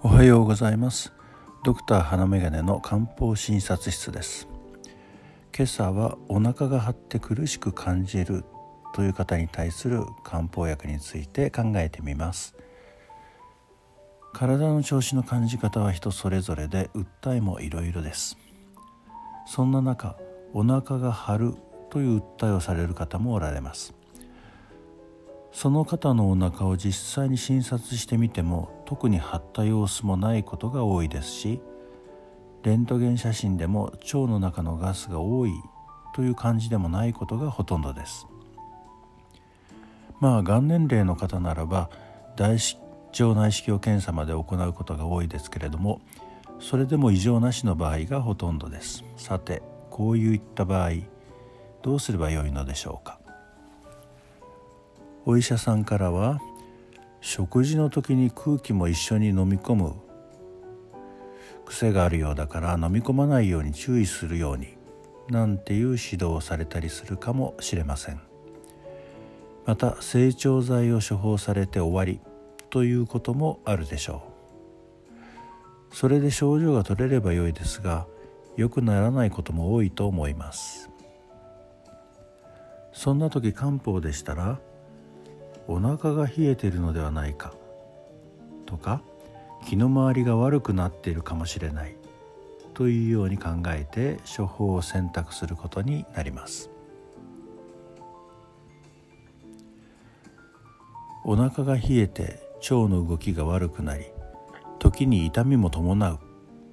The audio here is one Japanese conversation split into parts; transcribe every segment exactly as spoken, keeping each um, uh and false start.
おはようございます。ドクター花眼鏡の漢方診察室です。今朝はお腹が張って苦しく感じるという方に対する漢方薬について考えてみます。体の調子の感じ方は人それぞれで、訴えもいろいろです。そんな中、お腹が張るという訴えをされる方もおられます。その方のお腹を実際に診察してみても、特に張った様子もないことが多いですし、レントゲン写真でも腸の中のガスが多いという感じでもないことがほとんどです。まあ、がん年齢の方ならば大腸内視鏡検査まで行うことが多いですけれども、それでも異常なしの場合がほとんどです。さて、こういった場合、どうすればよいのでしょうか。お医者さんからは、食事の時に空気も一緒に飲み込む癖があるようだから飲み込まないように注意するように、なんていう指導をされたりするかもしれません。また、整腸剤を処方されて終わりということもあるでしょう。それで症状が取れればよいですが、良くならないことも多いと思います。そんな時、漢方でしたら、お腹が冷えているのではないかとか、気の回りが悪くなっているかもしれないというように考えて処方を選択することになります。お腹が冷えて腸の動きが悪くなり、時に痛みも伴う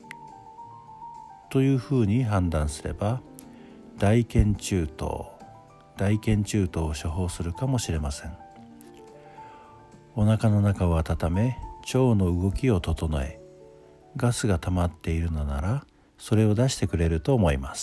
というふうに判断すれば、大腱中等大腱中等を処方するかもしれません。お腹の中を温め、腸の動きを整え、ガスが溜まっているのならそれを出してくれると思います。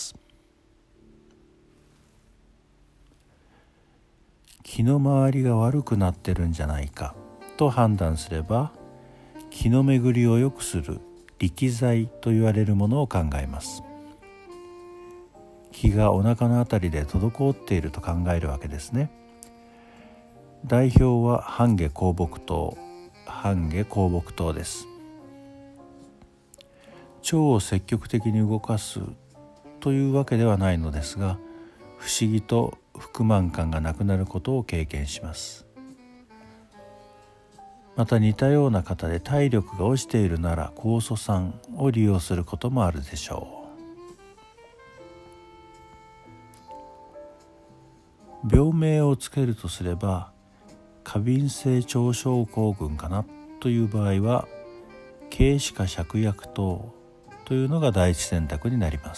気の回りが悪くなってるんじゃないかと判断すれば、気の巡りを良くする力剤と言われるものを考えます。気がお腹のあたりで滞っていると考えるわけですね。代表は半夏香木湯半夏香木湯です。腸を積極的に動かすというわけではないのですが、不思議と腹満感がなくなることを経験します。また、似たような方で体力が落ちているなら、酵素酸を利用することもあるでしょう。病名をつけるとすれば、過敏性腸症候群かなという場合は、桂枝加芍薬湯というのが第一選択になります。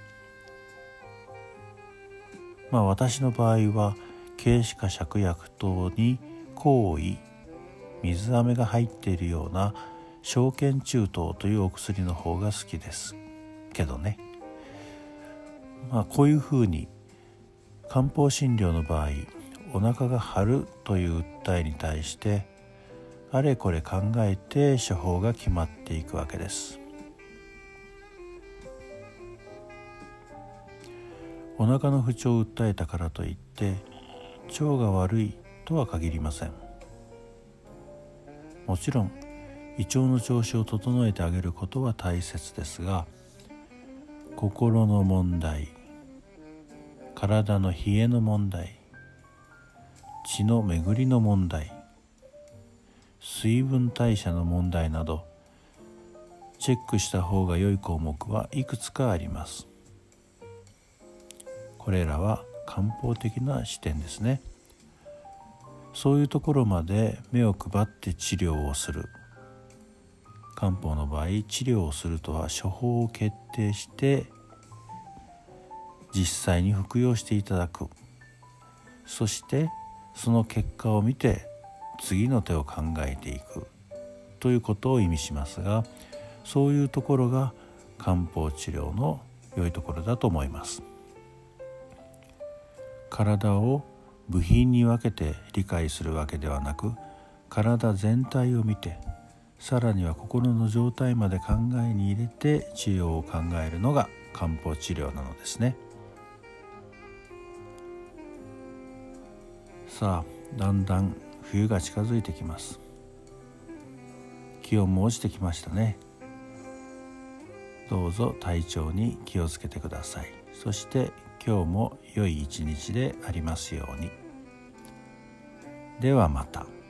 まあ、私の場合は桂枝加芍薬湯に黄衣、水飴が入っているような小腱中等というお薬の方が好きですけどね。まあ、こういうふうに漢方診療の場合、お腹が張るという訴えに対してあれこれ考えて処方が決まっていくわけです。お腹の不調を訴えたからといって腸が悪いとは限りません。もちろん胃腸の調子を整えてあげることは大切ですが、心の問題、体の冷えの問題、血の巡りの問題、水分代謝の問題など、チェックした方が良い項目はいくつかあります。これらは漢方的な視点ですね。そういうところまで目を配って治療をする。漢方の場合、治療をするとは処方を決定して実際に服用していただく。そしてその結果を見て次の手を考えていくということを意味しますが、そういうところが漢方治療の良いところだと思います。体を部品に分けて理解するわけではなく、体全体を見て、さらには心の状態まで考えに入れて治療を考えるのが漢方治療なのですね。さあ、だんだん冬が近づいてきます。 気温も落ちてきましたね。どうぞ体調に気をつけてください。そして今日も良い一日でありますように。ではまた。